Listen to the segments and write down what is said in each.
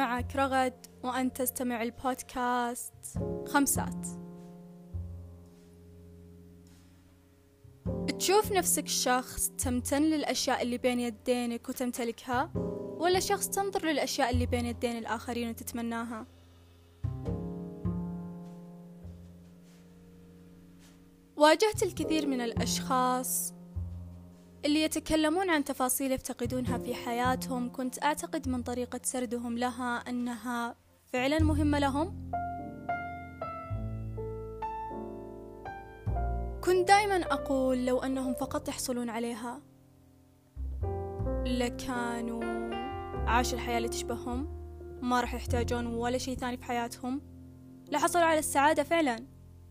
معك رغد وأنت تستمع البودكاست خمسات. تشوف نفسك شخص تمتن للأشياء اللي بين يدينك وتمتلكها، ولا شخص تنظر للأشياء اللي بين يدين الآخرين وتتمناها؟ واجهت الكثير من الأشخاص اللي يتكلمون عن تفاصيل يفتقدونها في حياتهم، كنت أعتقد من طريقة سردهم لها أنها فعلا مهمة لهم. كنت دائما أقول لو أنهم فقط يحصلون عليها لكانوا عاشوا الحياة اللي تشبههم، ما راح يحتاجون ولا شيء ثاني في حياتهم، لحصلوا على السعادة فعلا.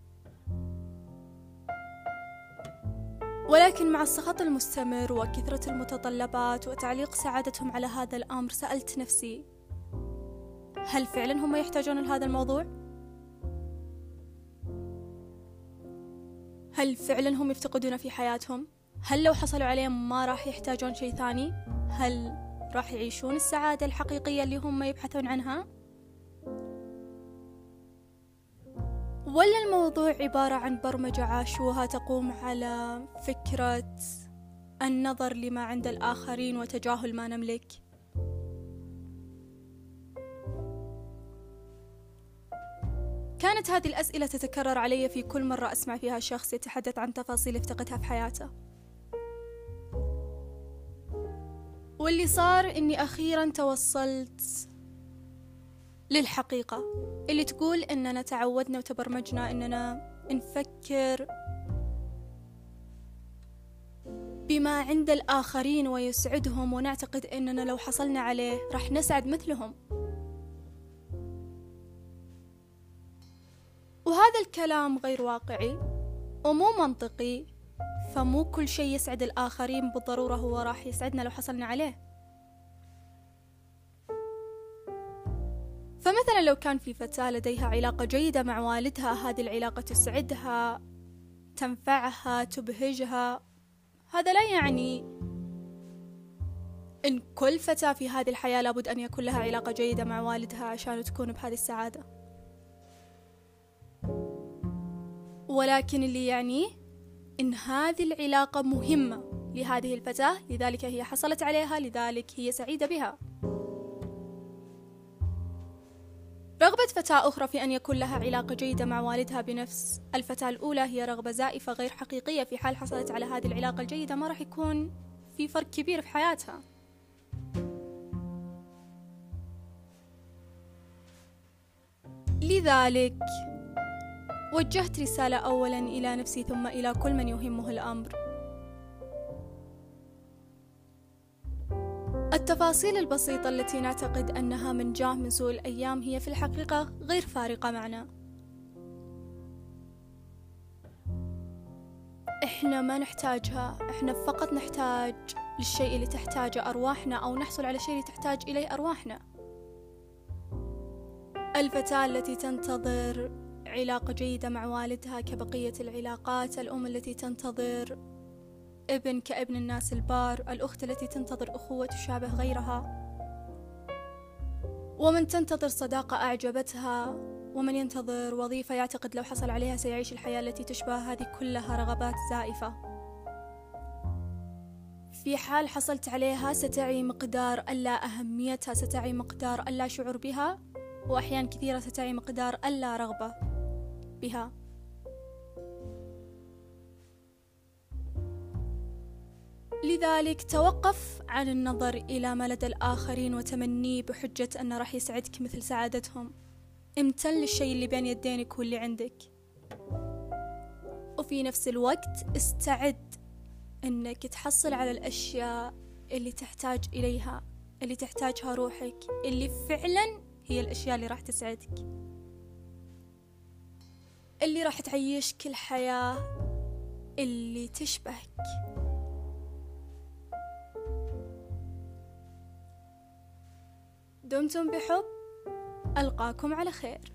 ولكن مع السخط المستمر وكثرة المتطلبات وتعليق سعادتهم على هذا الأمر، سألت نفسي هل فعلا هم يحتاجون لهذا الموضوع؟ هل فعلا هم يفتقدون في حياتهم؟ هل لو حصلوا عليه ما راح يحتاجون شيء ثاني؟ هل راح يعيشون السعادة الحقيقية اللي هم يبحثون عنها؟ ولا الموضوع عبارة عن برمجة عاشوها تقوم على فكرة النظر لما عند الآخرين وتجاهل ما نملك؟ كانت هذه الأسئلة تتكرر علي في كل مرة أسمع فيها شخص يتحدث عن تفاصيل يفتقدها في حياته. واللي صار إني أخيرا توصلت للحقيقة اللي تقول إننا تعودنا وتبرمجنا إننا نفكر بما عند الآخرين ويسعدهم، ونعتقد إننا لو حصلنا عليه راح نسعد مثلهم. وهذا الكلام غير واقعي ومو منطقي، فمو كل شيء يسعد الآخرين بالضرورة هو راح يسعدنا لو حصلنا عليه. فمثلا لو كان في فتاة لديها علاقة جيدة مع والدها، هذه العلاقة تسعدها، تنفعها، تبهجها، هذا لا يعني إن كل فتاة في هذه الحياة لابد أن يكون لها علاقة جيدة مع والدها عشان تكون بهذه السعادة. ولكن اللي يعني إن هذه العلاقة مهمة لهذه الفتاة، لذلك هي حصلت عليها، لذلك هي سعيدة بها. رغبة فتاة أخرى في أن يكون لها علاقة جيدة مع والدها بنفس الفتاة الأولى هي رغبة زائفة غير حقيقية. في حال حصلت على هذه العلاقة الجيدة ما راح يكون في فرق كبير في حياتها. لذلك وجهت رسالة أولا إلى نفسي ثم إلى كل من يهمه الأمر. التفاصيل البسيطة التي نعتقد أنها منجاة من سوء الأيام هي في الحقيقة غير فارقة معنا. إحنا ما نحتاجها، إحنا فقط نحتاج للشيء اللي تحتاجه أرواحنا، أو نحصل على الشيء اللي تحتاج إليه أرواحنا. الفتاة التي تنتظر علاقة جيدة مع والدها كبقية العلاقات، الأم التي تنتظر ابن كابن الناس البار، الأخت التي تنتظر أخوة تشابه غيرها، ومن تنتظر صداقة أعجبتها، ومن ينتظر وظيفة يعتقد لو حصل عليها سيعيش الحياة التي تشبه، هذه كلها رغبات زائفة. في حال حصلت عليها ستعي مقدار اللا أهميتها، ستعي مقدار اللا شعور بها، وأحيان كثيرة ستعي مقدار اللا رغبة بها. لذلك توقف عن النظر إلى ما لدى الآخرين وتمنيه بحجة أنه راح يسعدك مثل سعادتهم. امتن للشيء اللي بين يدينك واللي عندك، وفي نفس الوقت استعد أنك تحصل على الأشياء اللي تحتاج إليها، اللي تحتاجها روحك، اللي فعلا هي الأشياء اللي راح تسعدك، اللي راح تعيشك الحياة اللي تشبهك. دمتم بحب، ألقاكم على خير.